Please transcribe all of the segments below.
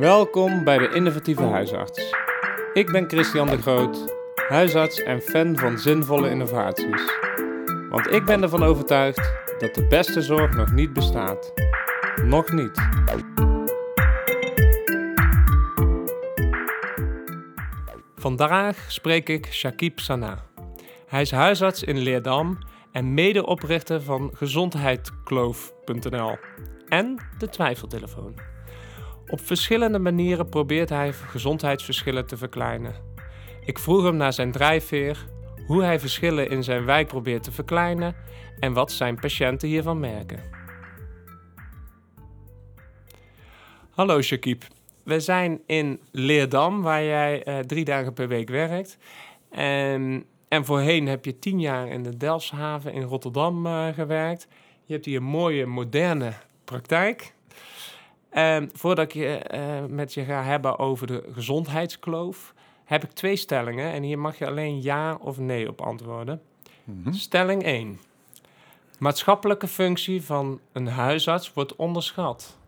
Welkom bij de Innovatieve Huisarts. Ik ben Christian de Groot, huisarts en fan van zinvolle innovaties. Want ik ben ervan overtuigd dat de beste zorg nog niet bestaat. Nog niet. Vandaag spreek ik Shakib Sana. Hij is huisarts in Leerdam en medeoprichter van gezondheidkloof.nl en de Twijfeltelefoon. Op verschillende manieren probeert hij gezondheidsverschillen te verkleinen. Ik vroeg hem naar zijn drijfveer, hoe hij verschillen in zijn wijk probeert te verkleinen en wat zijn patiënten hiervan merken. Hallo Shakib, we zijn in Leerdam waar jij 3 dagen per week werkt. En voorheen heb je 10 jaar in de Delfshaven in Rotterdam gewerkt. Je hebt hier een mooie, moderne praktijk. Voordat ik met je ga hebben over de gezondheidskloof, heb ik 2 stellingen. En hier mag je alleen ja of nee op antwoorden. Stelling 1. Maatschappelijke functie van een huisarts wordt onderschat.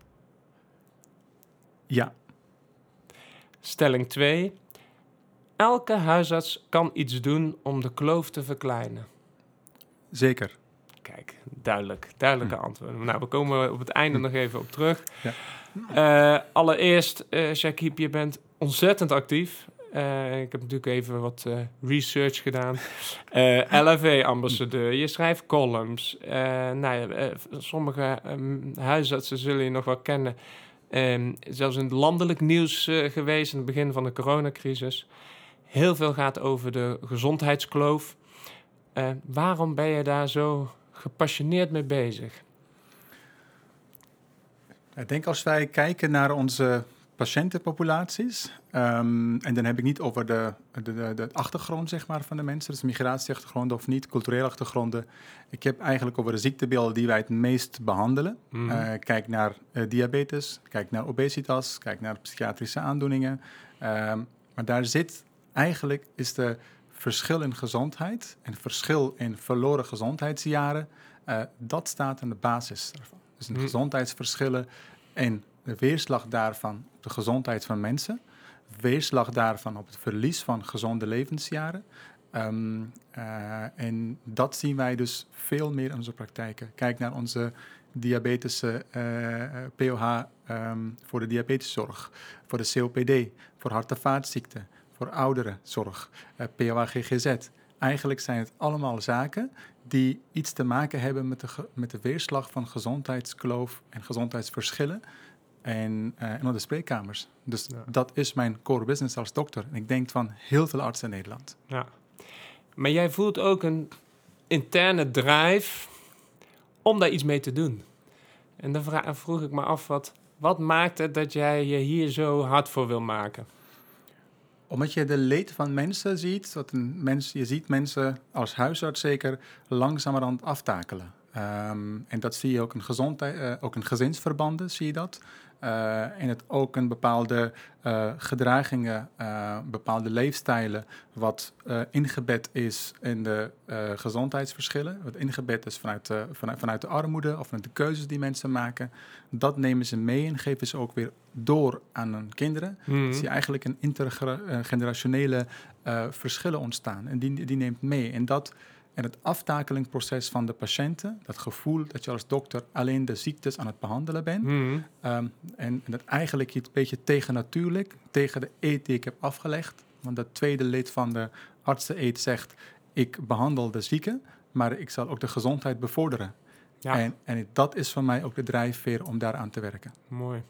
Ja. Stelling 2. Elke huisarts kan iets doen om de kloof te verkleinen. Zeker. Kijk, duidelijke antwoorden. Nou, we komen op het einde nog even op terug. Ja. Allereerst, Shakib, je bent ontzettend actief. Ik heb natuurlijk even wat research gedaan. LHV-ambassadeur, je schrijft columns. Sommige huisartsen zullen je nog wel kennen. Zelfs in het landelijk nieuws geweest in het begin van de coronacrisis. Heel veel gaat over de gezondheidskloof. Waarom ben je daar zo gepassioneerd mee bezig? Ik denk als wij kijken naar onze patiëntenpopulaties, en dan heb ik niet over de achtergrond zeg maar, van de mensen, dus migratieachtergronden of niet, culturele achtergronden. Ik heb eigenlijk over de ziektebeelden die wij het meest behandelen. Kijk naar diabetes, kijk naar obesitas, kijk naar psychiatrische aandoeningen. Maar daar zit eigenlijk is de verschil in gezondheid en verschil in verloren gezondheidsjaren, dat staat aan de basis daarvan. Dus de gezondheidsverschillen en de weerslag daarvan op de gezondheid van mensen, weerslag daarvan op het verlies van gezonde levensjaren. En dat zien wij dus veel meer in onze praktijken. Kijk naar onze diabetische POH voor de diabeteszorg, voor de COPD, voor hart- en vaatziekten, voor ouderenzorg, POH-GGZ. Eigenlijk zijn het allemaal zaken die iets te maken hebben met de weerslag van gezondheidskloof en gezondheidsverschillen en de spreekkamers. Dus dat is mijn core business als dokter. En ik denk van heel veel artsen in Nederland. Ja. Maar jij voelt ook een interne drive om daar iets mee te doen. En dan vroeg ik me af, wat maakt het dat jij je hier zo hard voor wil maken? Omdat je de leed van mensen ziet, je ziet mensen als huisarts zeker langzamerhand aftakelen. En dat zie je ook in gezondheid, ook in gezinsverbanden zie je dat. En het ook in bepaalde gedragingen, bepaalde leefstijlen, wat ingebed is in de gezondheidsverschillen, wat ingebed is vanuit de armoede of vanuit de keuzes die mensen maken. Dat nemen ze mee en geven ze ook weer door aan hun kinderen. Dus zie je eigenlijk een intergenerationele verschillen ontstaan. En die neemt mee. En het aftakelingproces van de patiënten, dat gevoel dat je als dokter alleen de ziektes aan het behandelen bent. En dat eigenlijk een beetje tegennatuurlijk, tegen de eet die ik heb afgelegd. Want dat tweede lid van de artseneed zegt, ik behandel de zieke, maar ik zal ook de gezondheid bevorderen. Ja. En dat is voor mij ook de drijfveer om daaraan te werken. Mooi.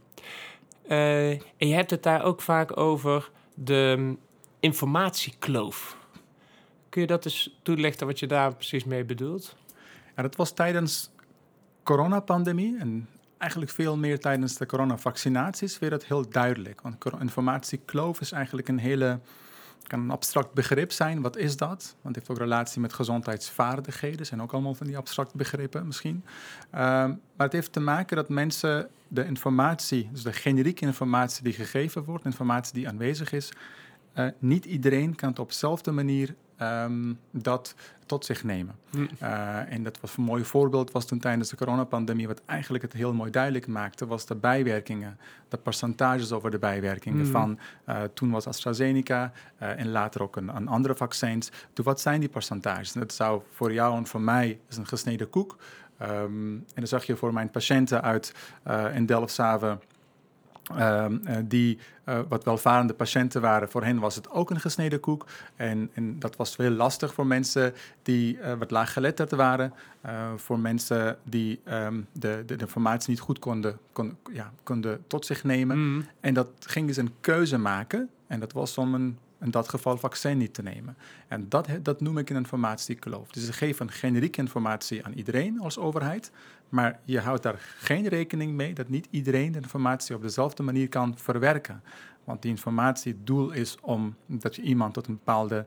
En je hebt het daar ook vaak over de informatiekloof. Kun je dat eens toelichten wat je daar precies mee bedoelt? Ja, dat was tijdens coronapandemie en eigenlijk veel meer tijdens de coronavaccinaties weer dat heel duidelijk. Want informatiekloof is eigenlijk kan een abstract begrip zijn. Wat is dat? Want het heeft ook relatie met gezondheidsvaardigheden. Zijn ook allemaal van die abstracte begrippen misschien. Maar het heeft te maken dat mensen de informatie, dus de generieke informatie die gegeven wordt, informatie die aanwezig is, niet iedereen kan het op dezelfde manier dat tot zich nemen. En dat was een mooi voorbeeld was toen tijdens de coronapandemie, wat eigenlijk het heel mooi duidelijk maakte, was de bijwerkingen, de percentages over de bijwerkingen van toen was AstraZeneca en later ook een andere vaccins. Dus wat zijn die percentages? Dat zou voor jou en voor mij is een gesneden koek. En dan zag je voor mijn patiënten uit in Delfshaven, die wat welvarende patiënten waren, voor hen was het ook een gesneden koek. En dat was heel lastig voor mensen die wat laaggeletterd waren. Voor mensen die de informatie niet goed konden tot zich nemen. En dat gingen ze een keuze maken. En dat was om in dat geval vaccin niet te nemen. En dat noem ik een informatiekloof. Dus ze geven generieke informatie aan iedereen als overheid, maar je houdt daar geen rekening mee dat niet iedereen de informatie op dezelfde manier kan verwerken. Want die informatie, het doel is om dat je iemand tot een bepaalde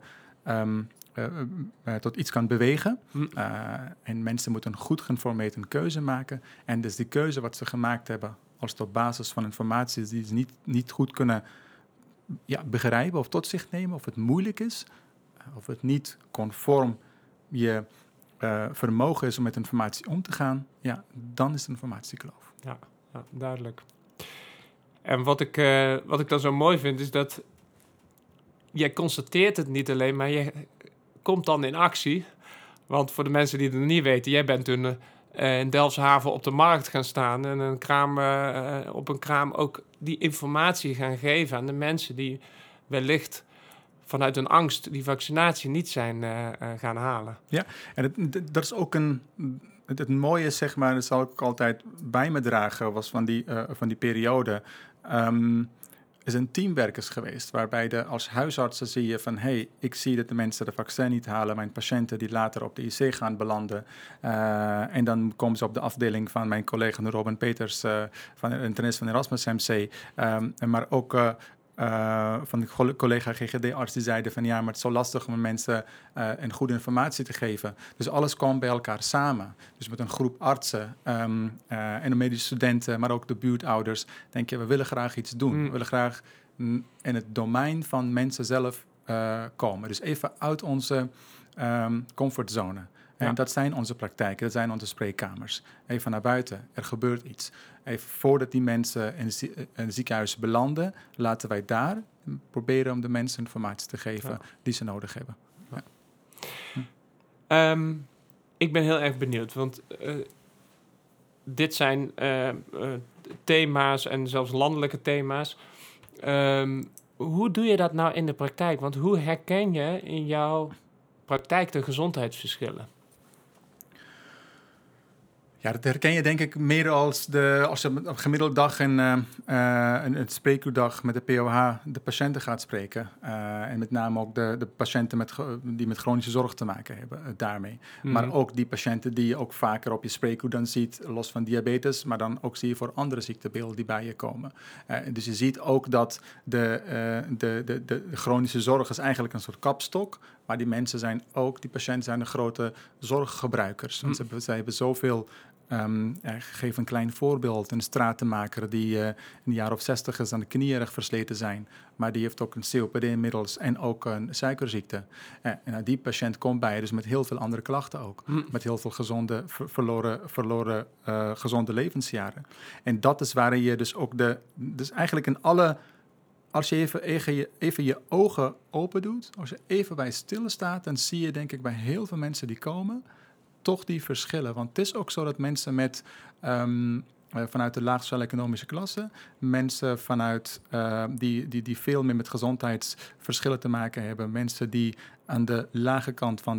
tot iets kan bewegen. En mensen moeten een goed geïnformeerd een keuze maken. En dus die keuze wat ze gemaakt hebben, als het op basis van informatie die ze niet goed kunnen begrijpen of tot zich nemen, of het moeilijk is, of het niet conform je vermogen is om met informatie om te gaan, dan is het informatiekloof. Ja, duidelijk. En wat ik dan zo mooi vind, is dat jij constateert het niet alleen, maar je komt dan in actie. Want voor de mensen die het nog niet weten, jij bent toen in Delfshaven op de markt gaan staan en op een kraam ook die informatie gaan geven aan de mensen die wellicht vanuit hun angst die vaccinatie niet zijn gaan halen. Ja, en dat is ook het mooie, zeg maar, dat zal ik ook altijd bij me dragen, was van die periode. Is een teamwerkers geweest, waarbij als huisartsen zie je van, ik zie dat de mensen de vaccin niet halen, mijn patiënten die later op de IC gaan belanden. En dan komen ze op de afdeling van mijn collega Robin Peters van de internist van Erasmus MC. Maar ook van de collega GGD-arts die zeiden van maar het is zo lastig om mensen een goede informatie te geven. Dus alles kwam bij elkaar samen. Dus met een groep artsen en de medische studenten, maar ook de buurtouders, denk je, we willen graag iets doen. We willen graag in het domein van mensen zelf komen. Dus even uit onze comfortzone. En dat zijn onze praktijken, dat zijn onze spreekkamers. Even naar buiten, er gebeurt iets. Even voordat die mensen in het ziekenhuis belanden, laten wij daar proberen om de mensen informatie te geven die ze nodig hebben. Ja. Ik ben heel erg benieuwd, want dit zijn thema's en zelfs landelijke thema's. Hoe doe je dat nou in de praktijk? Want hoe herken je in jouw praktijk de gezondheidsverschillen? Ja, dat herken je denk ik meer als je op een gemiddelde dag een spreekuurdag met de POH de patiënten gaat spreken. En met name ook de patiënten die met chronische zorg te maken hebben daarmee. Maar ook die patiënten die je ook vaker op je spreekuur dan ziet, los van diabetes, maar dan ook zie je voor andere ziektebeelden die bij je komen. Dus je ziet ook dat de chronische zorg is eigenlijk een soort kapstok. Maar die patiënten zijn de grote zorggebruikers. Want ze hebben zoveel. Ik geef een klein voorbeeld. Een stratenmaker die in de jaren of 60 is aan de knieën erg versleten zijn. Maar die heeft ook een COPD inmiddels en ook een suikerziekte. En die patiënt komt bij je dus met heel veel andere klachten ook. Met heel veel gezonde, verloren gezonde levensjaren. En dat is waar je dus ook dus eigenlijk in alle. Als je even je ogen open doet, als je even bij stilstaat, dan zie je denk ik bij heel veel mensen die komen, toch die verschillen. Want het is ook zo dat mensen vanuit de laag sociaal-economische klasse, mensen vanuit die veel meer met gezondheidsverschillen te maken hebben, mensen die aan de lage kant van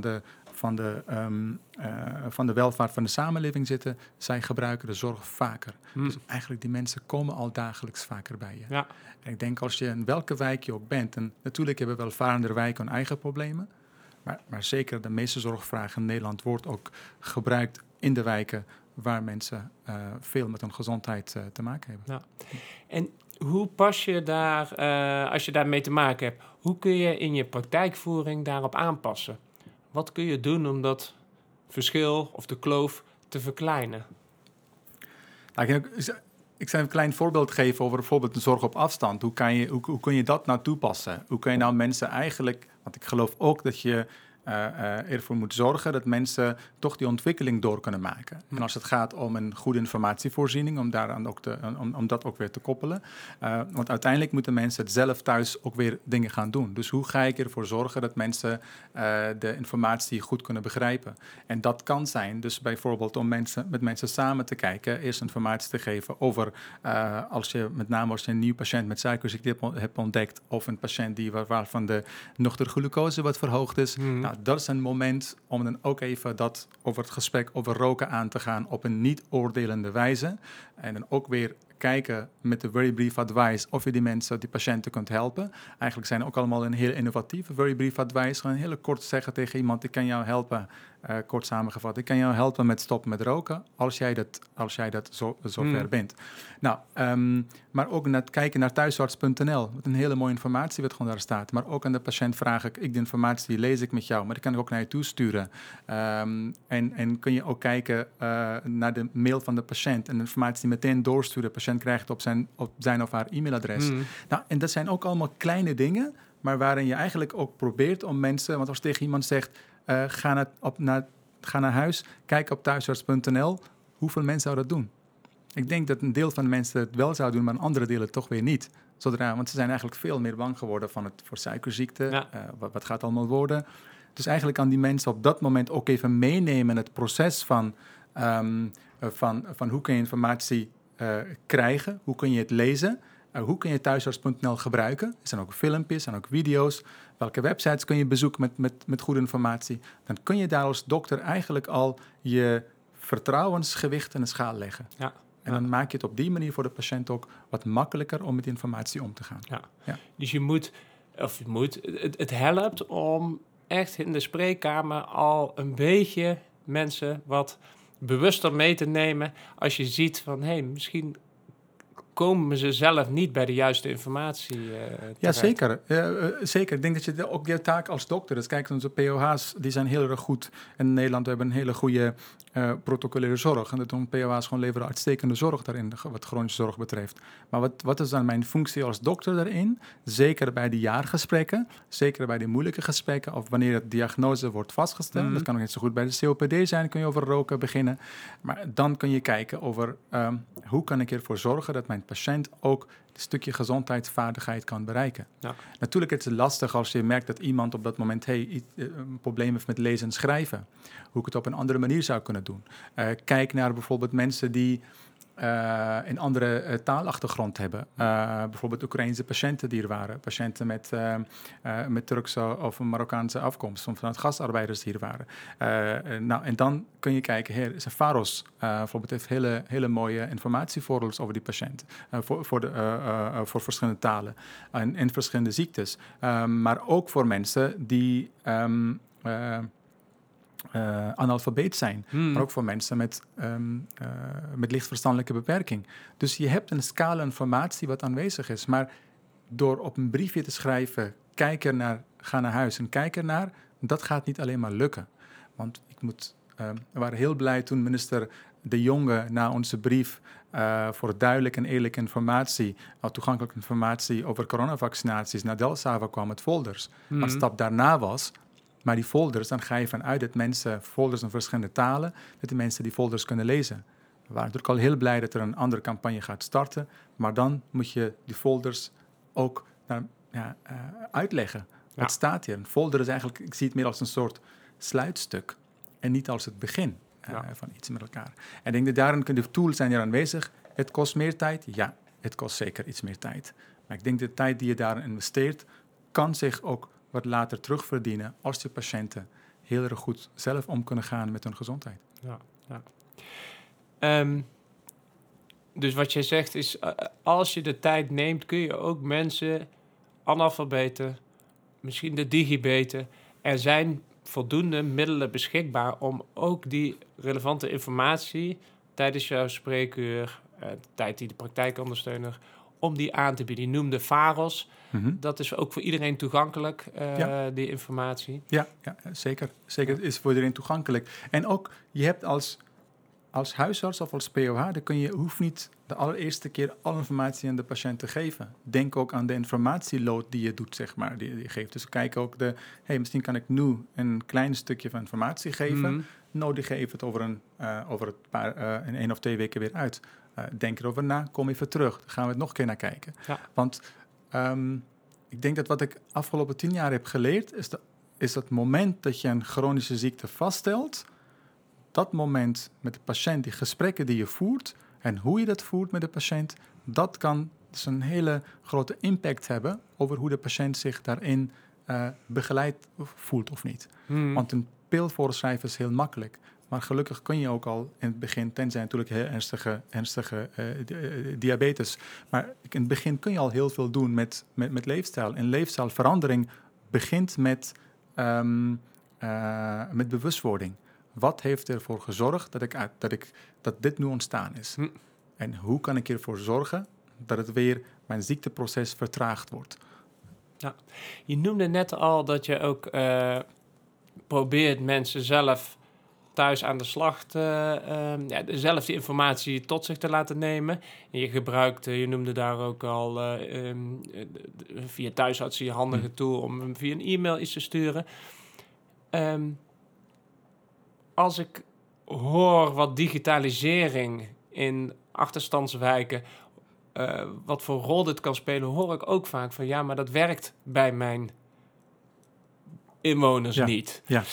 de welvaart van de samenleving zitten, zij gebruiken de zorg vaker. Dus eigenlijk die mensen komen al dagelijks vaker bij je. Ja. En ik denk als je in welke wijk je ook bent, en natuurlijk hebben welvarende wijken hun eigen problemen, maar zeker de meeste zorgvragen in Nederland wordt ook gebruikt in de wijken waar mensen veel met hun gezondheid te maken hebben. Ja. En hoe pas je daar, als je daarmee te maken hebt, hoe kun je in je praktijkvoering daarop aanpassen? Wat kun je doen om dat verschil of de kloof te verkleinen? Nou, Ik zou een klein voorbeeld geven over bijvoorbeeld de zorg op afstand. Hoe kun je dat nou toepassen? Hoe kun je nou mensen eigenlijk... Want ik geloof ook dat je ervoor moet zorgen dat mensen toch die ontwikkeling door kunnen maken. En als het gaat om een goede informatievoorziening, om dat ook weer te koppelen. Want uiteindelijk moeten mensen het zelf thuis ook weer dingen gaan doen. Dus hoe ga ik ervoor zorgen dat mensen de informatie goed kunnen begrijpen? En dat kan zijn dus bijvoorbeeld om met mensen samen te kijken, eerst informatie te geven over met name als je een nieuw patiënt met suikerziekte hebt ontdekt, of een patiënt waarvan de glucose wat verhoogd is. Nou, dat is een moment om dan ook even over het gesprek over roken aan te gaan op een niet-oordelende wijze. En dan ook weer kijken met de Very Brief Advice of je die patiënten kunt helpen. Eigenlijk zijn ook allemaal een heel innovatieve Very Brief Advice. Gewoon heel kort zeggen tegen iemand, ik kan jou helpen, kort samengevat, ik kan jou helpen met stoppen met roken, als jij dat zo ver bent. Nou, maar ook kijken naar thuisarts.nl, wat een hele mooie informatie wat gewoon daar staat. Maar ook aan de patiënt vraag ik de informatie lees ik met jou, maar die kan ik ook naar je toesturen. En kun je ook kijken naar de mail van de patiënt en de informatie meteen doorsturen. De patiënt krijgt op zijn of haar e-mailadres. Nou, en dat zijn ook allemaal kleine dingen, maar waarin je eigenlijk ook probeert om mensen, want als tegen iemand zegt, ga naar huis, kijk op thuisarts.nl, hoeveel mensen zouden dat doen? Ik denk dat een deel van de mensen het wel zou doen, maar een andere deel het toch weer niet. Want ze zijn eigenlijk veel meer bang geworden voor suikerziekte. Ja. Wat gaat allemaal worden? Dus eigenlijk kan die mensen op dat moment ook even meenemen in het proces van hoe kun je informatie krijgen, hoe kun je het lezen, hoe kun je thuisarts.nl gebruiken. Er zijn ook filmpjes, er zijn ook video's. Welke websites kun je bezoeken met goede informatie? Dan kun je daar als dokter eigenlijk al je vertrouwensgewicht in de schaal leggen. Ja. En dan maak je het op die manier voor de patiënt ook wat makkelijker om met informatie om te gaan. Ja. Ja. Dus het helpt om echt in de spreekkamer al een beetje mensen wat bewuster mee te nemen. Als je ziet van, misschien komen ze zelf niet bij de juiste informatie Ja, zeker. Zeker. Ik denk dat je ook je taak als dokter... Dus kijk, onze POH's die zijn heel erg goed. In Nederland hebben we een hele goede protocolaire zorg. En dat doen POH's gewoon leveren uitstekende zorg daarin, wat chronische zorg betreft. Maar wat is dan mijn functie als dokter daarin? Zeker bij die jaargesprekken, zeker bij die moeilijke gesprekken, of wanneer de diagnose wordt vastgesteld. Dat kan ook niet zo goed bij de COPD zijn, kun je over roken beginnen. Maar dan kun je kijken over hoe kan ik ervoor zorgen dat mijn patiënt ook een stukje gezondheidsvaardigheid kan bereiken. Ja. Natuurlijk is het lastig als je merkt dat iemand op dat moment een probleem heeft met lezen en schrijven. Hoe ik het op een andere manier zou kunnen doen. Kijk naar bijvoorbeeld mensen die een andere taalachtergrond hebben. Bijvoorbeeld Oekraïnse patiënten die er waren. Patiënten met Turkse of Marokkaanse afkomst. Of vanuit gastarbeiders die er waren. En dan kun je kijken, Faros bijvoorbeeld heeft hele mooie informatievoorbeelden over die patiënt. Voor verschillende talen en verschillende ziektes. Maar ook voor mensen die analfabeet zijn, maar ook voor mensen met lichtverstandelijke beperking. Dus je hebt een scala informatie wat aanwezig is, maar door op een briefje te schrijven, ga naar huis en kijk ernaar, dat gaat niet alleen maar lukken. Want we waren heel blij toen minister De Jonge na onze brief voor duidelijke en eerlijke informatie, toegankelijke informatie over coronavaccinaties naar Delfshaven kwam met folders. Maar de stap daarna was, maar die folders, dan ga je vanuit dat mensen folders in verschillende talen, dat die mensen die folders kunnen lezen. We waren natuurlijk al heel blij dat er een andere campagne gaat starten, maar dan moet je die folders ook uitleggen. Wat staat hier? Een folder is eigenlijk, ik zie het meer als een soort sluitstuk en niet als het begin van iets met elkaar. En ik denk dat daarin de tools zijn hier aanwezig. Het kost meer tijd? Ja, het kost zeker iets meer tijd. Maar ik denk dat de tijd die je daarin investeert, kan zich ook wat later terugverdienen als de patiënten heel erg goed zelf om kunnen gaan met hun gezondheid. Ja. Dus wat jij zegt is, als je de tijd neemt, kun je ook mensen, analfabeten, misschien de digibeten, er zijn voldoende middelen beschikbaar om ook die relevante informatie tijdens jouw spreekuur, tijd die de praktijkondersteuner, om die aan te bieden. Je noemde Faros. Dat is ook voor iedereen toegankelijk, die informatie. Ja, zeker. Zeker, het is voor iedereen toegankelijk. En ook, je hebt als als huisarts of als POH, hoeft niet de allereerste keer alle informatie aan de patiënt te geven. Denk ook aan de informatieload die je doet, zeg maar, die je geeft. Dus kijk ook misschien kan ik nu een klein stukje van informatie geven. Die geef het over in 1 of 2 weken weer uit. Denk erover na, kom even terug. Dan gaan we het nog een keer naar kijken. Ja. Want ik denk dat wat ik afgelopen 10 jaar heb geleerd, is dat moment dat je een chronische ziekte vaststelt, dat moment met de patiënt, die gesprekken die je voert en hoe je dat voert met de patiënt, dat kan dus een hele grote impact hebben over hoe de patiënt zich daarin begeleid voelt of niet. Want een pil voorschrijven is heel makkelijk. Maar gelukkig kun je ook al in het begin, tenzij natuurlijk heel ernstige diabetes. Maar in het begin kun je al heel veel doen met leefstijl. En leefstijlverandering begint met bewustwording. Wat heeft ervoor gezorgd dat dit nu ontstaan is? En hoe kan ik ervoor zorgen dat het weer mijn ziekteproces vertraagd wordt? Ja. Je noemde net al dat je ook probeert mensen zelf thuis aan de slag zelf die informatie tot zich te laten nemen. En je gebruikt, je noemde daar ook al via thuisartsen je handige tool om via een e-mail iets te sturen. Als ik hoor wat digitalisering in achterstandswijken, wat voor rol dit kan spelen, hoor ik ook vaak van ja, maar dat werkt bij mijn inwoners niet. Ja.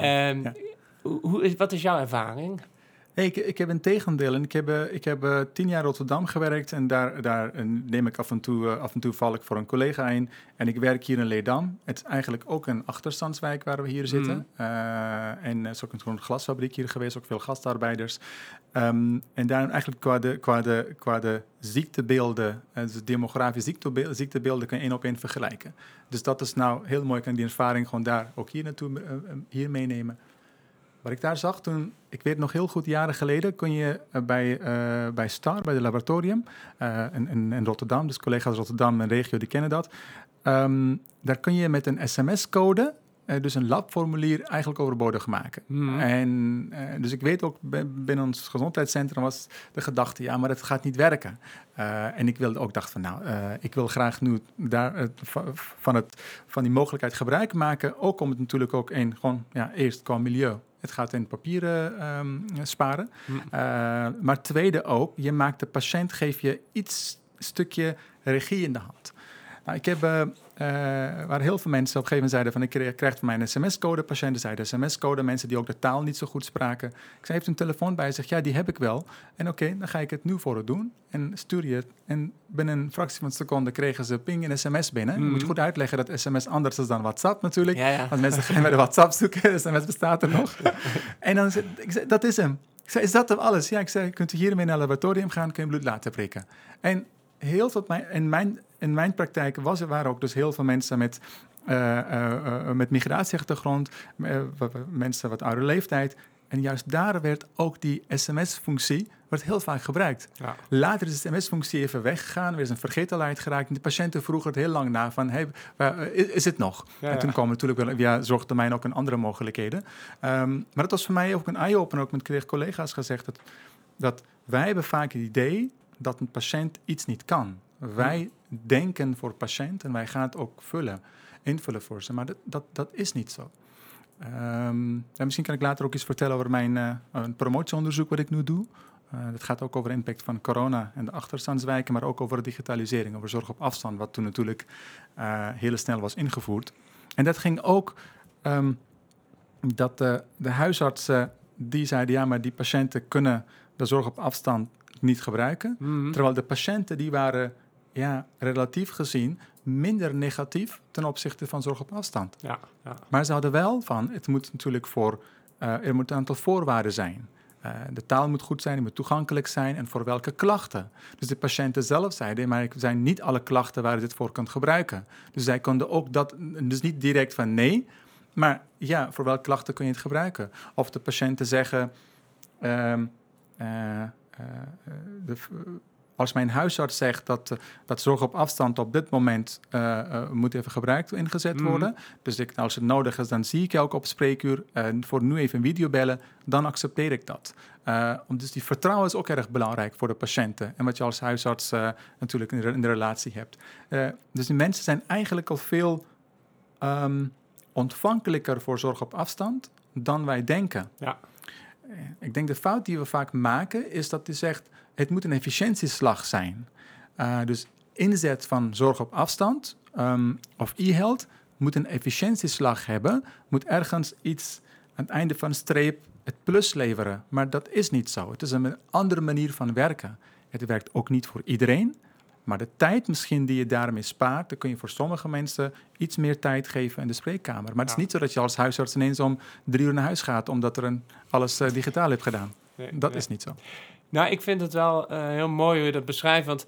Wat is jouw ervaring? Ik heb een tegendeel. En ik heb 10 jaar in Rotterdam gewerkt en daar neem ik af en toe val ik voor een collega in. En ik werk hier in Leerdam. Het is eigenlijk ook een achterstandswijk waar we hier zitten. En het is ook een glasfabriek hier geweest, ook veel gastarbeiders. En daarom eigenlijk qua de ziektebeelden, dus demografische ziektebeelden kan je 1 op 1 vergelijken. Dus dat is nou heel mooi, ik kan die ervaring gewoon daar ook hier meenemen. Wat ik daar zag toen, ik weet nog heel goed, jaren geleden kon je bij STAR, bij de laboratorium in Rotterdam, dus collega's Rotterdam en regio, die kennen dat. Daar kun je met een sms-code, dus een labformulier, eigenlijk overbodig maken. Dus ik weet ook, binnen ons gezondheidscentrum was de gedachte, ja, maar dat gaat niet werken. En ik wilde ook dachten van, ik wil graag nu daar van die mogelijkheid gebruik maken, ook om het natuurlijk ook eerst qua milieu. Het gaat in papieren sparen. Maar tweede ook, je maakt de patiënt, geef je stukje regie in de hand. Nou, ik heb waar heel veel mensen op een gegeven moment zeiden van ik krijg van mij een sms-code. Patiënten zeiden sms-code, mensen die ook de taal niet zo goed spraken. Ik zei, heeft een telefoon bij? Hij zegt, ja, die heb ik wel. En oké, dan ga ik het nu voor het doen. En stuur je het. En binnen een fractie van een seconde kregen ze ping een sms binnen. Je moet goed uitleggen dat sms anders is dan WhatsApp natuurlijk. Ja. Want mensen gaan bij de WhatsApp zoeken. sms bestaat er nog. En dan zei ik, dat is hem. Ik zei, is dat alles? Ja, ik zei, kunt u hiermee naar het laboratorium gaan, kun je bloed laten prikken. En heel tot in mijn praktijk waren ook dus heel veel mensen met migratieachtergrond, mensen wat oude leeftijd. En juist daar werd ook die sms-functie heel vaak gebruikt. Ja. Later is de sms-functie even weggegaan, weer is een vergetelheid geraakt. En de patiënten vroegen het heel lang na van, is het nog? Ja, en toen kwam natuurlijk wel via zorgtermijn ook een andere mogelijkheden. Maar dat was voor mij ook een eye-opener, ook met collega's gezegd, dat wij hebben vaak het idee dat een patiënt iets niet kan. Wij denken voor patiënt en wij gaan het ook invullen voor ze. Maar dat is niet zo. En misschien kan ik later ook iets vertellen over mijn een promotieonderzoek wat ik nu doe. Dat gaat ook over de impact van corona en de achterstandswijken, maar ook over digitalisering, over zorg op afstand, wat toen natuurlijk heel snel was ingevoerd. En dat ging ook dat de huisartsen die zeiden, ja, maar die patiënten kunnen de zorg op afstand niet gebruiken. Terwijl de patiënten die waren relatief gezien minder negatief ten opzichte van zorg op afstand. Ja. Maar ze hadden wel van, het moet natuurlijk er moet een aantal voorwaarden zijn. De taal moet goed zijn, die moet toegankelijk zijn en voor welke klachten. Dus de patiënten zelf zeiden, maar er zijn niet alle klachten waar je dit voor kunt gebruiken. Dus zij konden ook dat, dus niet direct van nee, maar ja, voor welke klachten kun je het gebruiken? Of de patiënten zeggen, Als mijn huisarts zegt dat zorg op afstand op dit moment moet even gebruikt ingezet worden. Dus als het nodig is, dan zie ik je ook op spreekuur. Voor nu even een video bellen, dan accepteer ik dat. Dus die vertrouwen is ook erg belangrijk voor de patiënten. En wat je als huisarts natuurlijk in de relatie hebt. Dus die mensen zijn eigenlijk al veel ontvankelijker voor zorg op afstand dan wij denken. Ja. Ik denk de fout die we vaak maken is dat hij zegt, het moet een efficiëntieslag zijn. Dus inzet van zorg op afstand of e-health moet een efficiëntieslag hebben, moet ergens iets aan het einde van de streep het plus leveren. Maar dat is niet zo. Het is een andere manier van werken. Het werkt ook niet voor iedereen. Maar de tijd misschien die je daarmee spaart, dan kun je voor sommige mensen iets meer tijd geven in de spreekkamer. Maar het is niet zo dat je als huisarts ineens om 3 uur naar huis gaat, omdat alles digitaal hebt gedaan. Dat is niet zo. Nou, ik vind het wel heel mooi hoe je dat beschrijft, want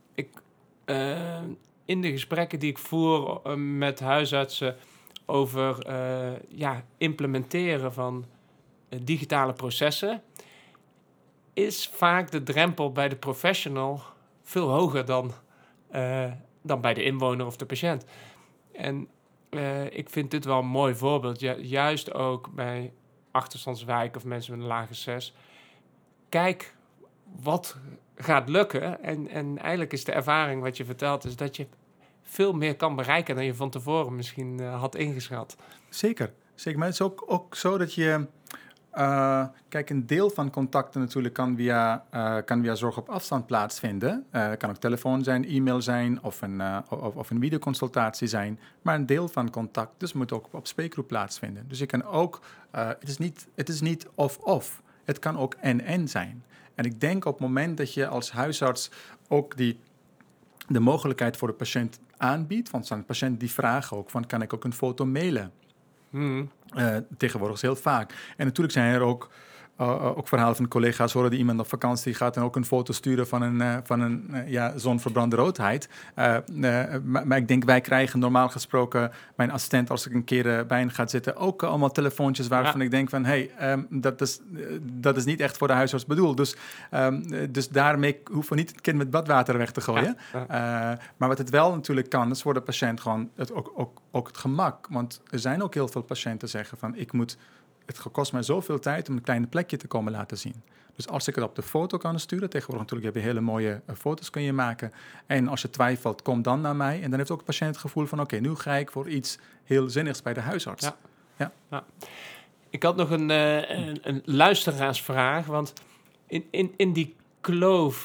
in de gesprekken die ik voer met huisartsen over implementeren van digitale processen, is vaak de drempel bij de professional veel hoger dan bij de inwoner of de patiënt. En ik vind dit wel een mooi voorbeeld. Juist ook bij achterstandswijk of mensen met een lage 6. Kijk wat gaat lukken. En eigenlijk is de ervaring wat je vertelt, is dat je veel meer kan bereiken dan je van tevoren misschien had ingeschat. Zeker. Maar het is ook zo dat je... kijk, een deel van contacten natuurlijk kan via zorg op afstand plaatsvinden. Het kan ook telefoon zijn, e-mail zijn of een videoconsultatie zijn. Maar een deel van contact dus moet ook op spreekgroep plaatsvinden. Dus je kan ook... het is niet of-of. Het kan ook en zijn. En ik denk op het moment dat je als huisarts ook de mogelijkheid voor de patiënt aanbiedt, want zijn patiënten die vragen ook van, kan ik ook een foto mailen? Tegenwoordig is heel vaak. En natuurlijk zijn er ook verhalen van collega's horen die iemand op vakantie gaat en ook een foto sturen van een zonverbrande roodheid. Maar ik denk, wij krijgen normaal gesproken, mijn assistent, als ik een keer bij hen ga zitten, ook allemaal telefoontjes waarvan ik denk van, dat is niet echt voor de huisarts bedoeld. Dus daarmee hoeven we niet het kind met badwater weg te gooien. Maar wat het wel natuurlijk kan, is voor de patiënt gewoon ook het gemak. Want er zijn ook heel veel patiënten zeggen van, het kost mij zoveel tijd om een klein plekje te komen laten zien. Dus als ik het op de foto kan sturen, tegenwoordig natuurlijk heb je hele mooie foto's kun je maken. En als je twijfelt, kom dan naar mij. En dan heeft ook de patiënt het gevoel van, oké, nu ga ik voor iets heel zinnigs bij de huisarts. Ja. Ik had nog een luisteraarsvraag, want in die kloof,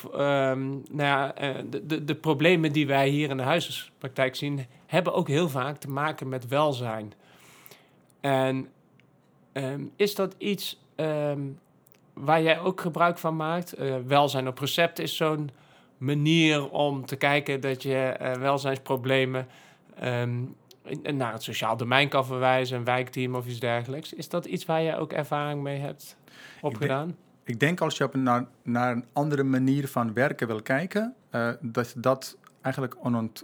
de problemen die wij hier in de huisartspraktijk zien, hebben ook heel vaak te maken met welzijn. En is dat iets waar jij ook gebruik van maakt? Welzijn op recept is zo'n manier om te kijken dat je welzijnsproblemen naar het sociaal domein kan verwijzen, een wijkteam of iets dergelijks. Is dat iets waar jij ook ervaring mee hebt opgedaan? Ik denk als je naar een andere manier van werken wil kijken, dat eigenlijk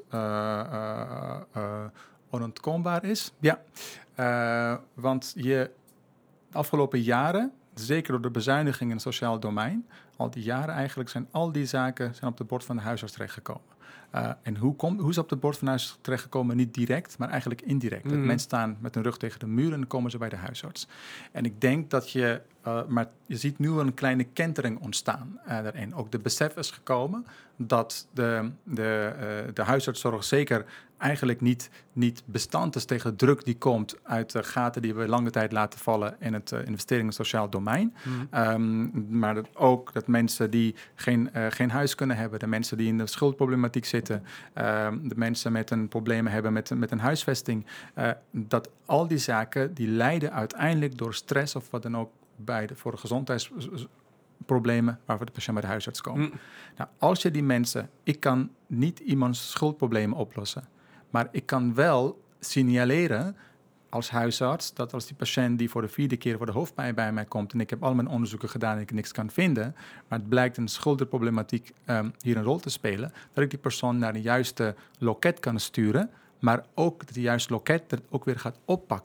onontkoombaar is. Ja, want de afgelopen jaren, zeker door de bezuinigingen in het sociaal domein, al die jaren eigenlijk zijn al die zaken op het bord van de huisarts terechtgekomen. En hoe is op het bord van de huisarts terechtgekomen? Niet direct, maar eigenlijk indirect. Dat mensen staan met hun rug tegen de muur en dan komen ze bij de huisarts. En ik denk dat maar je ziet nu een kleine kentering ontstaan daarin. Ook de besef is gekomen dat de huisartszorg zeker eigenlijk niet bestand is tegen druk die komt uit de gaten die we lange tijd laten vallen in het investering in het sociaal domein. Maar ook dat mensen die geen huis kunnen hebben, de mensen die in de schuldproblematiek zitten, de mensen met een problemen hebben met een huisvesting, dat al die zaken die leiden uiteindelijk door stress of wat dan ook voor de gezondheidsproblemen waarvoor de patiënt bij de huisarts komen. Nou, als je die mensen, ik kan niet iemands schuldproblemen oplossen, maar ik kan wel signaleren als huisarts dat als die patiënt die voor de 4e keer voor de hoofdpijn bij mij komt en ik heb al mijn onderzoeken gedaan en ik niks kan vinden, maar het blijkt een schuldenproblematiek hier een rol te spelen, dat ik die persoon naar de juiste loket kan sturen, maar ook dat die juiste loket het ook weer gaat oppakken.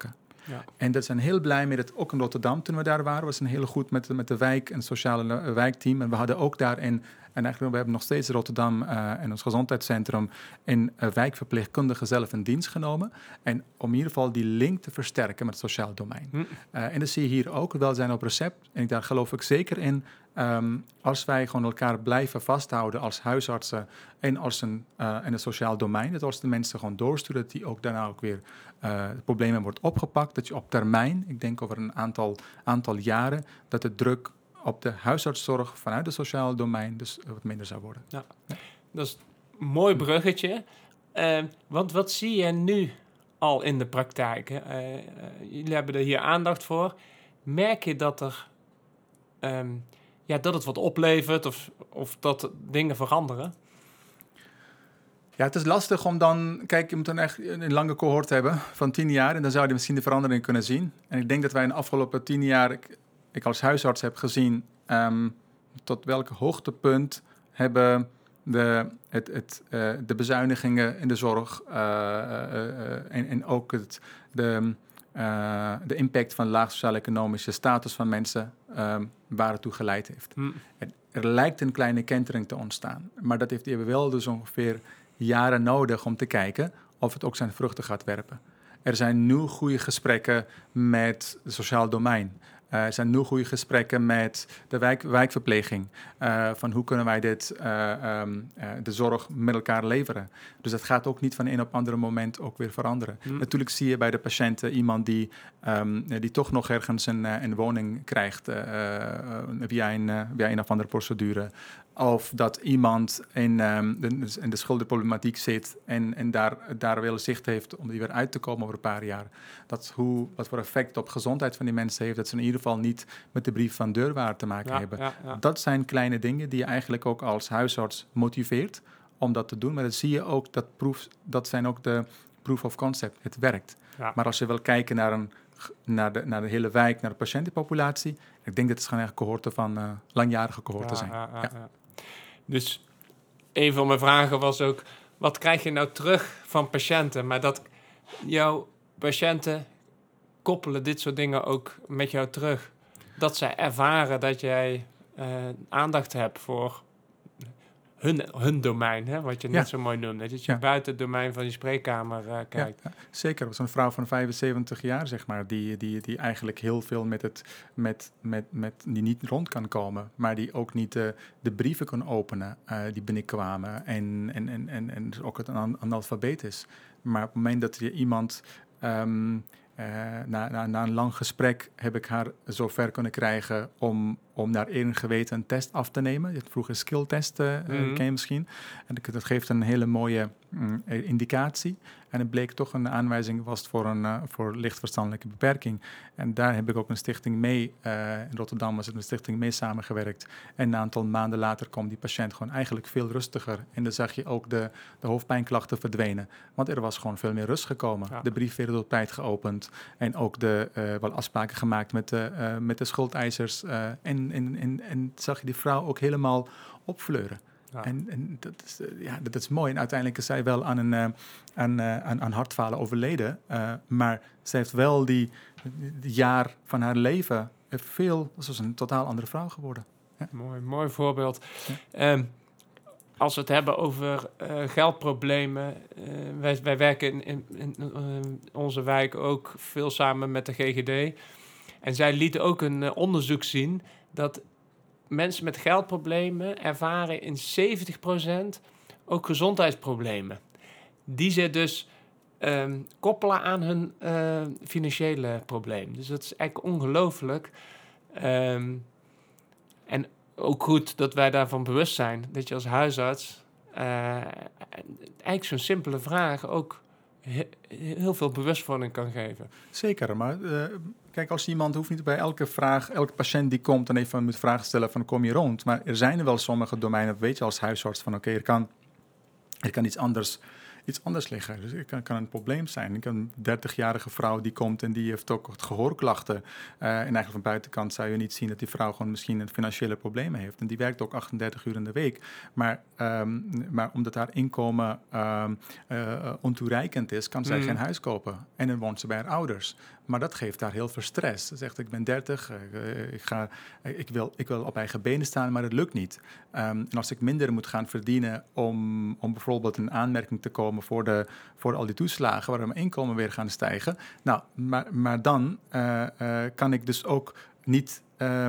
Ja. En dat zijn heel blij met het, ook in Rotterdam toen we daar waren, was een heel goed met de wijk en sociale wijkteam. En we hadden ook daarin, en eigenlijk we hebben nog steeds Rotterdam en ons gezondheidscentrum in wijkverpleegkundigen zelf in dienst genomen. En om in ieder geval die link te versterken met het sociaal domein. En dat zie je hier ook, welzijn op recept. En daar geloof ik zeker in. Als wij gewoon elkaar blijven vasthouden als huisartsen en als in het sociaal domein, dat als de mensen gewoon doorsturen, dat die ook daarna ook weer problemen wordt opgepakt, dat je op termijn, ik denk over een aantal jaren, dat de druk op de huisartszorg vanuit het sociale domein dus wat minder zou worden. Ja. Dat is een mooi bruggetje. Want wat zie je nu al in de praktijk? Jullie hebben er hier aandacht voor. Merk je dat er dat het wat oplevert of dat dingen veranderen? Ja, het is lastig om dan... Kijk, je moet dan echt een lange cohort hebben van 10 jaar... en dan zou je misschien de verandering kunnen zien. En ik denk dat wij in de afgelopen 10 jaar... ik als huisarts heb gezien... tot welk hoogtepunt hebben de bezuinigingen in de zorg... en ook de impact van laag sociaal-economische status van mensen... waar het toe geleid heeft. Er lijkt een kleine kentering te ontstaan. Maar die hebben wel dus ongeveer jaren nodig om te kijken of het ook zijn vruchten gaat werpen. Er zijn nu goede gesprekken met het sociaal domein. Er zijn nu goede gesprekken met de wijkverpleging. Van hoe kunnen wij de zorg met elkaar leveren. Dus dat gaat ook niet van een op andere moment ook weer veranderen. Natuurlijk zie je bij de patiënten iemand die toch nog ergens een woning krijgt via een of andere procedure. Of dat iemand in de schuldenproblematiek zit en daar wel zicht heeft om die weer uit te komen over een paar jaar. Wat voor effect op gezondheid van die mensen heeft, dat ze in ieder geval niet met de brief van deurwaarde te maken hebben. Ja. Dat zijn kleine dingen die je eigenlijk ook als huisarts motiveert om dat te doen. Maar dat zie je ook, dat zijn ook de proof of concept. Het werkt. Ja. Maar als je wil kijken naar de hele wijk, naar de patiëntenpopulatie, ik denk dat het gewoon echt cohorten van langjarige cohorten zijn. Ja. Dus een van mijn vragen was ook, wat krijg je nou terug van patiënten? Maar dat jouw patiënten koppelen dit soort dingen ook met jou terug. Dat zij ervaren dat jij aandacht hebt voor hun domein, hè? Wat je net zo mooi noemde. Dat je buiten het domein van die spreekkamer kijkt. Ja, zeker. Dat was een vrouw van 75 jaar, zeg maar, die eigenlijk heel veel die niet rond kan komen, maar die ook niet de brieven kan openen die binnenkwamen en ook een analfabeet is. Maar op het moment dat je iemand... Na een lang gesprek heb ik haar zover kunnen krijgen om naar eer en geweten een test af te nemen. Je hebt vroeger skilltest, ken je misschien. En dat geeft een hele mooie indicatie. En het bleek toch een aanwijzing was voor lichtverstandelijke beperking. En daar heb ik ook een stichting mee, in Rotterdam was het een stichting mee samengewerkt. En een aantal maanden later kwam die patiënt gewoon eigenlijk veel rustiger. En dan zag je ook de hoofdpijnklachten verdwenen. Want er was gewoon veel meer rust gekomen. Ja. De brief werd op tijd geopend. En ook wel afspraken gemaakt met de schuldeisers. En zag je die vrouw ook helemaal opfleuren. Ja. En dat is mooi. En uiteindelijk is zij wel aan hartfalen overleden. Maar ze heeft wel die jaar van haar leven ze is een totaal andere vrouw geworden. Ja. Mooi voorbeeld. Ja. Als we het hebben over geldproblemen. Wij werken in onze wijk ook veel samen met de GGD. En zij lieten ook een onderzoek zien dat mensen met geldproblemen ervaren in 70% ook gezondheidsproblemen. Die ze dus koppelen aan hun financiële probleem. Dus dat is eigenlijk ongelooflijk. En ook goed dat wij daarvan bewust zijn. Dat je als huisarts eigenlijk zo'n simpele vraag ook heel veel bewustwording kan geven. Zeker, maar kijk, als iemand hoeft niet bij elke patiënt die komt dan even moet vragen stellen van kom je rond. Maar er zijn er wel sommige domeinen, weet je als huisarts van oké, er kan iets anders liggen. Dus het kan een probleem zijn. Ik kan een 30-jarige vrouw die komt en die heeft ook gehoorklachten. En eigenlijk van buitenkant zou je niet zien dat die vrouw gewoon misschien een financiële problemen heeft. En die werkt ook 38 uur in de week. Maar omdat haar inkomen ontoereikend is, kan zij geen huis kopen. En dan woont ze bij haar ouders. Maar dat geeft daar heel veel stress. Ze zegt, ik ben 30, ik wil op eigen benen staan, maar het lukt niet. En als ik minder moet gaan verdienen om bijvoorbeeld in aanmerking te komen voor al die toeslagen, waar mijn inkomen weer gaan stijgen. Nou, maar dan kan ik dus ook niet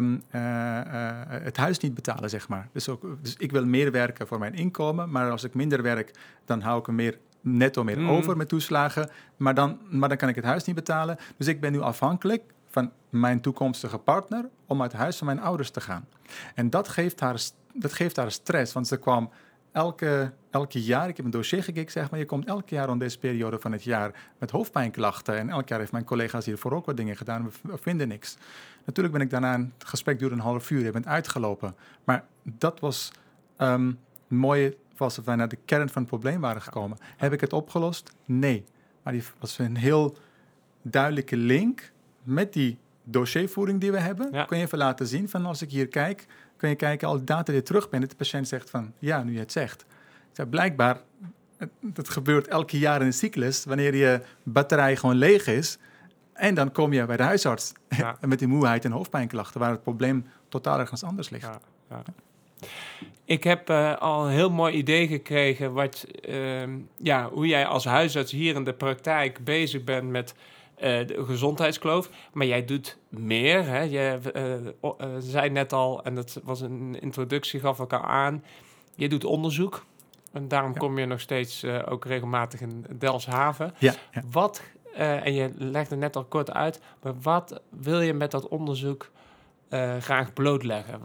het huis niet betalen, zeg maar. Dus ik wil meer werken voor mijn inkomen, maar als ik minder werk, dan hou ik er netto meer over met toeslagen, maar dan kan ik het huis niet betalen. Dus ik ben nu afhankelijk van mijn toekomstige partner om uit het huis van mijn ouders te gaan. En dat geeft haar stress, want ze kwam elke jaar, ik heb een dossier gekeken, zeg maar, je komt elk jaar rond deze periode van het jaar met hoofdpijnklachten. En elk jaar heeft mijn collega's hiervoor ook wat dingen gedaan, we vinden niks. Natuurlijk ben ik daarna, het gesprek duurde een half uur, je bent uitgelopen. Maar dat was mooi, als we naar de kern van het probleem waren gekomen. Heb ik het opgelost? Nee. Maar die was een heel duidelijke link met die dossiervoering die we hebben. Ja. Kun je even laten zien van als ik hier kijk, kun je kijken al de data die je terug bent. Dat de patiënt zegt van ja, nu je het zegt. Blijkbaar, dat gebeurt elke jaar in een cyclus, wanneer je batterij gewoon leeg is. En dan kom je bij de huisarts met die moeheid en hoofdpijnklachten, waar het probleem totaal ergens anders ligt. Ja. Ik heb al een heel mooi idee gekregen hoe jij als huisarts hier in de praktijk bezig bent met de gezondheidskloof. Maar jij doet meer. Hè? Je zei net al, en dat was een introductie, gaf elkaar aan. Je doet onderzoek. En daarom kom je nog steeds ook regelmatig in Delfshaven. Ja. En je legde net al kort uit, maar wat wil je met dat onderzoek graag blootleggen?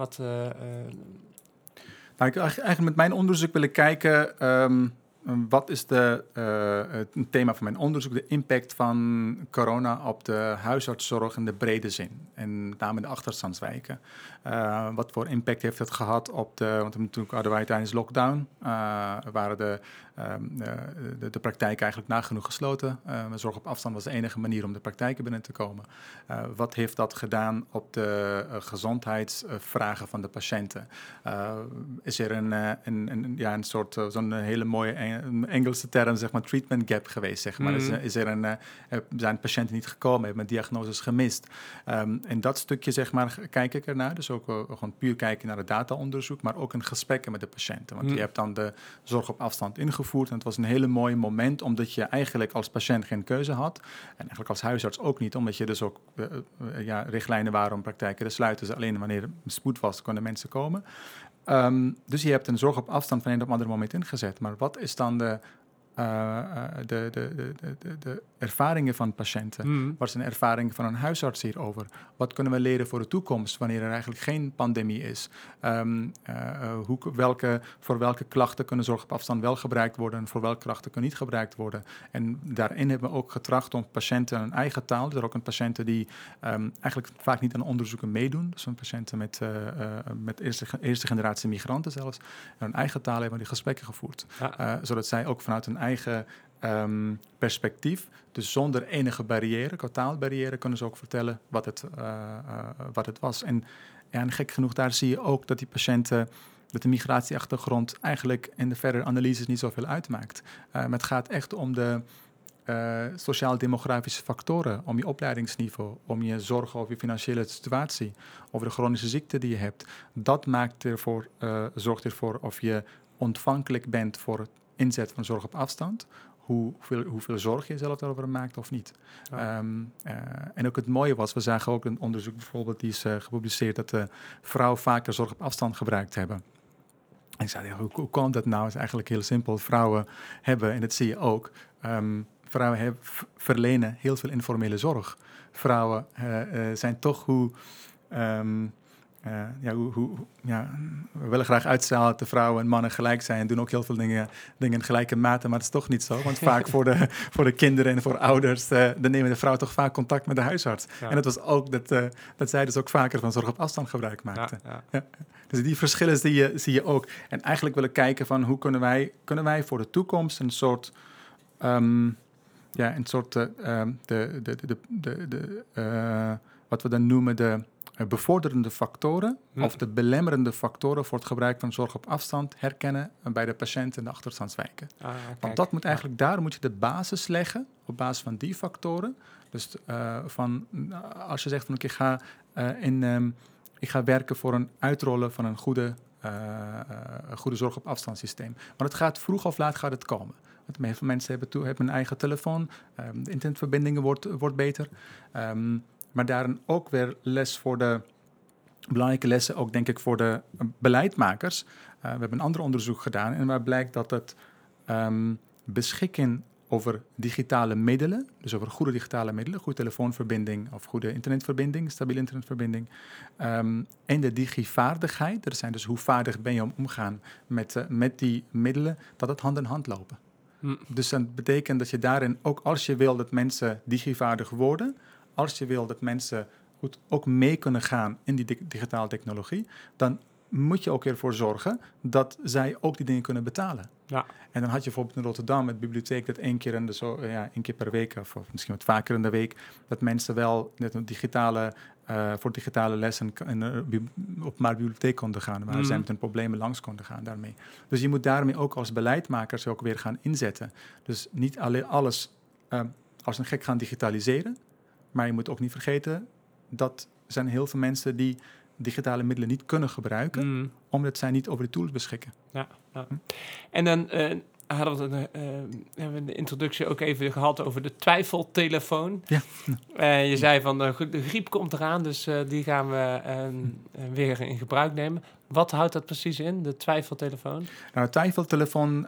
Nou, ik eigenlijk met mijn onderzoek willen kijken, wat is het thema van mijn onderzoek, de impact van corona op de huisartszorg in de brede zin. En met name in de achterstandswijken. Wat voor impact heeft het gehad want toen hadden wij tijdens lockdown, waren de praktijk eigenlijk nagenoeg gesloten. Zorg op afstand was de enige manier om de praktijken binnen te komen. Wat heeft dat gedaan op de gezondheidsvragen van de patiënten? Is er een soort, zo'n hele mooie Engelse term, zeg maar, treatment gap geweest, zeg maar. Zijn patiënten niet gekomen, hebben diagnoses gemist. En dat stukje, zeg maar, kijk ik ernaar. Dus ook gewoon puur kijken naar het dataonderzoek, maar ook in gesprekken met de patiënten. Want je hebt dan de zorg op afstand ingevoerd en het was een hele mooi moment, omdat je eigenlijk als patiënt geen keuze had. En eigenlijk als huisarts ook niet, omdat je dus ook richtlijnen waren om praktijken te sluiten. Dus alleen wanneer er spoed was, konden mensen komen. Dus je hebt een zorg op afstand van een op een ander moment ingezet. Maar wat is dan de ervaringen van patiënten? Wat zijn de ervaringen van een huisarts hierover? Wat kunnen we leren voor de toekomst wanneer er eigenlijk geen pandemie is? Voor welke klachten kunnen zorg op afstand wel gebruikt worden en voor welke klachten kunnen niet gebruikt worden? En daarin hebben we ook getracht om patiënten een eigen taal, dus er ook een patiënten die eigenlijk vaak niet aan onderzoeken meedoen, dus een patiënten met eerste generatie migranten zelfs, een eigen taal hebben die gesprekken gevoerd. Zodat zij ook vanuit een eigen perspectief, dus zonder enige barrière, totaalbarrière, kunnen ze ook vertellen wat het was. En gek genoeg, daar zie je ook dat die patiënten, dat de migratieachtergrond eigenlijk in de verdere analyses niet zoveel uitmaakt. Maar het gaat echt om de sociaal-demografische factoren, om je opleidingsniveau, om je zorgen over je financiële situatie, over de chronische ziekte die je hebt. Dat zorgt ervoor of je ontvankelijk bent voor het inzet van zorg op afstand, hoeveel zorg je zelf daarover maakt of niet. Ja. En ook het mooie was, we zagen ook een onderzoek bijvoorbeeld, die is gepubliceerd, dat vrouwen vaker zorg op afstand gebruikt hebben. En ik zei, hoe kan dat nou? Het is eigenlijk heel simpel. Vrouwen hebben, en dat zie je ook, vrouwen verlenen heel veel informele zorg. Vrouwen zijn toch we willen graag uitstralen dat de vrouwen en mannen gelijk zijn en doen ook heel veel dingen in gelijke mate, maar dat is toch niet zo. Want vaak voor de kinderen en voor ouders, dan nemen de vrouwen toch vaak contact met de huisarts. Ja. En dat was ook dat zij dus ook vaker van zorg op afstand gebruik maakten. Ja. Dus die verschillen zie je ook. En eigenlijk willen kijken van hoe kunnen wij voor de toekomst een soort wat we dan noemen de bevorderende factoren of de belemmerende factoren voor het gebruik van zorg op afstand herkennen bij de patiënt in de achterstandswijken. Want dat moet eigenlijk, daar moet je de basis leggen op basis van die factoren. Dus als je zegt van ik ga werken voor een uitrollen van een goede zorg op afstandssysteem. Want het gaat vroeg of laat gaat het komen. Want heel veel mensen hebben een eigen telefoon, de internetverbindingen wordt beter. Maar daarin ook weer belangrijke lessen, ook denk ik voor de beleidmakers. We hebben een ander onderzoek gedaan en waar blijkt dat het beschikken over digitale middelen, dus over goede digitale middelen, goede telefoonverbinding of goede internetverbinding, stabiele internetverbinding, en de digivaardigheid, dat zijn dus hoe vaardig ben je om omgaan met die middelen, dat het hand in hand lopen. Dus dat betekent dat je daarin, ook als je wil dat mensen digivaardig worden, als je wil dat mensen goed ook mee kunnen gaan in die digitale technologie, dan moet je ook ervoor zorgen dat zij ook die dingen kunnen betalen. Ja. En dan had je bijvoorbeeld in Rotterdam met de bibliotheek dat één keer per week of misschien wat vaker in de week, dat mensen wel net een voor digitale lessen op naar de bibliotheek konden gaan, waar zij met hun problemen langs konden gaan daarmee. Dus je moet daarmee ook als beleidmakers ook weer gaan inzetten. Dus niet alleen alles als een gek gaan digitaliseren, maar je moet ook niet vergeten dat er zijn heel veel mensen die digitale middelen niet kunnen gebruiken, omdat zij niet over de tools beschikken. Ja. En dan hebben we in de introductie ook even gehad over de twijfeltelefoon. Ja. Je zei van de griep komt eraan, dus die gaan we weer in gebruik nemen. Wat houdt dat precies in, de twijfeltelefoon? Nou, de twijfeltelefoon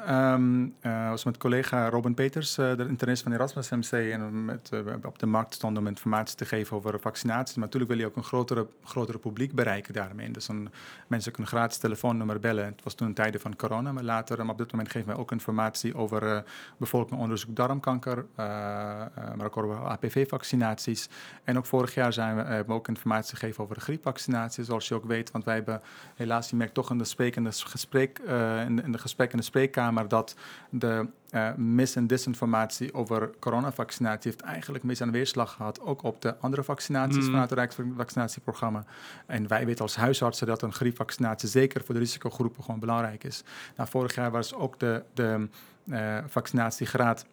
was met collega Robin Peters, de internist van Erasmus MC, en op de markt stond om informatie te geven over vaccinatie. Maar natuurlijk wil je ook een grotere publiek bereiken daarmee. Dus mensen kunnen gratis telefoonnummer bellen. Het was toen in tijden van corona, maar op dit moment geven wij ook informatie over bevolkingonderzoek darmkanker, maar ook over HPV-vaccinaties. En ook vorig jaar hebben we ook informatie gegeven over de griepvaccinatie, zoals je ook weet, want wij hebben helaas, je merkt toch in de gesprekken in de spreekkamer dat de mis- en disinformatie over coronavaccinatie heeft eigenlijk mis aan weerslag gehad, ook op de andere vaccinaties vanuit het Rijksvaccinatieprogramma. En wij weten als huisartsen dat een griepvaccinatie zeker voor de risicogroepen gewoon belangrijk is. Nou, vorig jaar was ook de vaccinatiegraad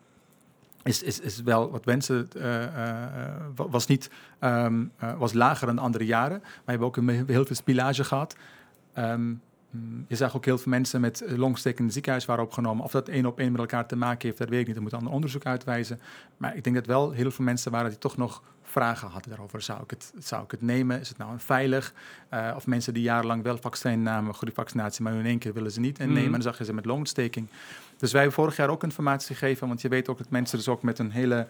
is wel wat wensen, was lager dan andere jaren. Maar we hebben ook heel veel spilage gehad. Je zag ook heel veel mensen met longsteek in het ziekenhuis waren opgenomen. Of dat 1 op 1 met elkaar te maken heeft, dat weet ik niet. Dat moet ander onderzoek uitwijzen. Maar ik denk dat wel heel veel mensen waren die toch nog vragen hadden daarover. Zou ik het nemen? Is het nou veilig? Of mensen die jarenlang wel vaccin namen, goede vaccinatie, maar in één keer willen ze niet nemen. En dan zag je ze met longontsteking. Dus wij hebben vorig jaar ook informatie gegeven, want je weet ook dat mensen dus ook met een hele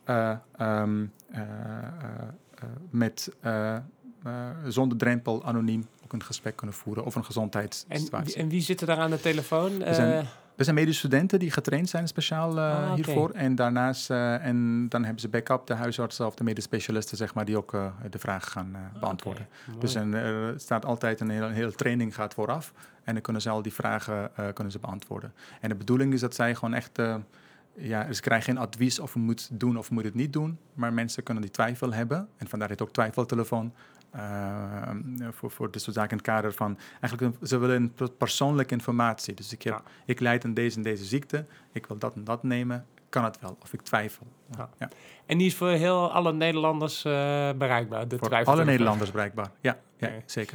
zonder drempel, anoniem ook een gesprek kunnen voeren over een gezondheidssituatie. En wie zit er daar aan de telefoon? Er zijn medische studenten die getraind zijn speciaal hiervoor. En daarnaast dan hebben ze backup, de huisartsen of de medisch specialisten, zeg maar, die ook de vragen gaan beantwoorden. Dus er staat altijd een hele training gaat vooraf. En dan kunnen ze al die vragen kunnen ze beantwoorden. En de bedoeling is dat zij gewoon echt ze krijgen geen advies of je moet doen of je moet het niet doen. Maar mensen kunnen die twijfel hebben. En vandaar dit ook twijfeltelefoon. Voor dit soort zaken in het kader van... Eigenlijk, ze willen persoonlijke informatie. Dus ik lijd aan deze en deze ziekte. Ik wil dat en dat nemen. Kan het wel? Of ik twijfel. Ja. En die is voor alle Nederlanders bereikbaar? Voor alle Nederlanders bereikbaar. Ja, zeker.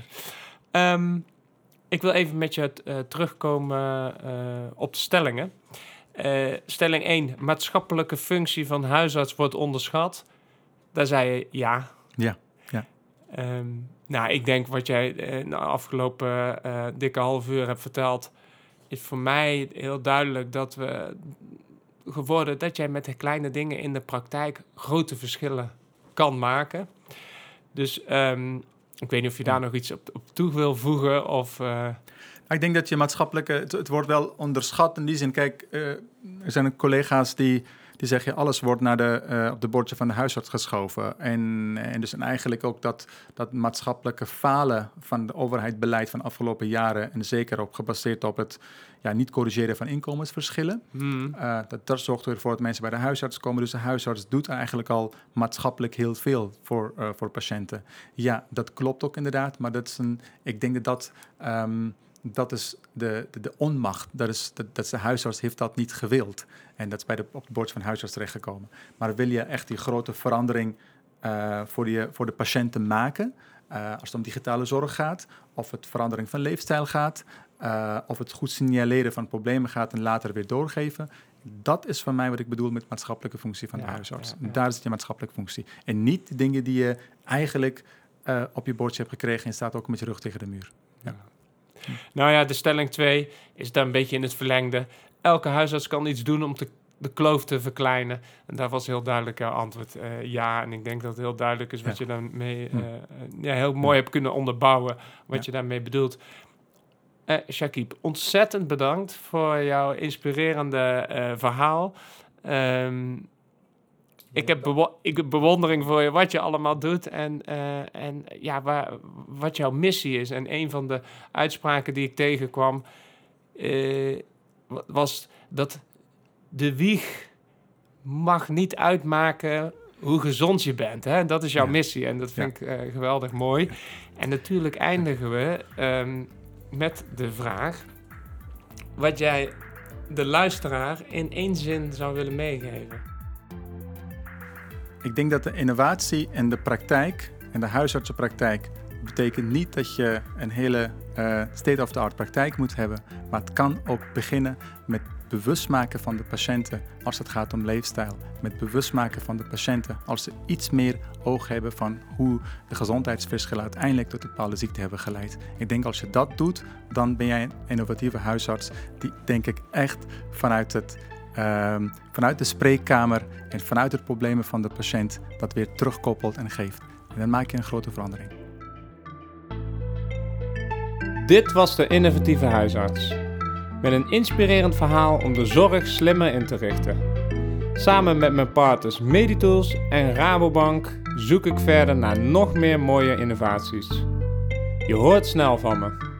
Ik wil even met je terugkomen op de stellingen. Stelling 1. Maatschappelijke functie van huisarts wordt onderschat. Daar zei je ja. Ja. Nou, ik denk wat jij de afgelopen dikke half uur hebt verteld, is voor mij heel duidelijk dat jij met de kleine dingen in de praktijk grote verschillen kan maken. Dus ik weet niet of je daar nog iets op toe wil voegen of... Ik denk dat je maatschappelijke... Het wordt wel onderschat in die zin. Kijk, er zijn collega's die die zeggen alles wordt op de bordje van de huisarts geschoven. En dus eigenlijk ook dat maatschappelijke falen van de overheidsbeleid van de afgelopen jaren, en zeker ook gebaseerd op het niet corrigeren van inkomensverschillen. Dat zorgt ervoor dat mensen bij de huisarts komen. Dus de huisarts doet eigenlijk al maatschappelijk heel veel voor patiënten. Ja, dat klopt ook inderdaad, maar ik denk dat is de onmacht. Dat de huisarts heeft dat niet gewild. En dat is op het bord van de huisarts terechtgekomen. Maar wil je echt die grote verandering voor de patiënten maken, als het om digitale zorg gaat, of het verandering van leefstijl gaat, of het goed signaleren van problemen gaat en later weer doorgeven, dat is voor mij wat ik bedoel met maatschappelijke functie van de huisarts. Ja. Daar zit je maatschappelijke functie. En niet de dingen die je eigenlijk op je bordje hebt gekregen en staat ook met je rug tegen de muur. Ja. Nou ja, de stelling 2 is daar een beetje in het verlengde. Elke huisarts kan iets doen om de kloof te verkleinen. En daar was heel duidelijk jouw antwoord ja. En ik denk dat het heel duidelijk is wat je daarmee heel mooi hebt kunnen onderbouwen. Wat je daarmee bedoelt. Shakib, ontzettend bedankt voor jouw inspirerende verhaal. Ik heb bewondering voor je, wat je allemaal doet en wat jouw missie is. En een van de uitspraken die ik tegenkwam was dat de wieg mag niet uitmaken hoe gezond je bent. Hè? Dat is jouw missie en dat vind ik geweldig mooi. En natuurlijk eindigen we met de vraag wat jij de luisteraar in 1 zin zou willen meegeven. Ik denk dat de innovatie en de praktijk en de huisartsenpraktijk betekent niet dat je een hele state-of-the-art praktijk moet hebben, maar het kan ook beginnen met bewust maken van de patiënten als het gaat om leefstijl. Met bewust maken van de patiënten als ze iets meer oog hebben van hoe de gezondheidsverschillen uiteindelijk tot een bepaalde ziekte hebben geleid. Ik denk als je dat doet, dan ben jij een innovatieve huisarts die, denk ik, echt vanuit de spreekkamer en vanuit het problemen van de patiënt dat weer terugkoppelt en geeft. En dan maak je een grote verandering. Dit was de innovatieve huisarts. Met een inspirerend verhaal om de zorg slimmer in te richten. Samen met mijn partners Meditools en Rabobank zoek ik verder naar nog meer mooie innovaties. Je hoort snel van me.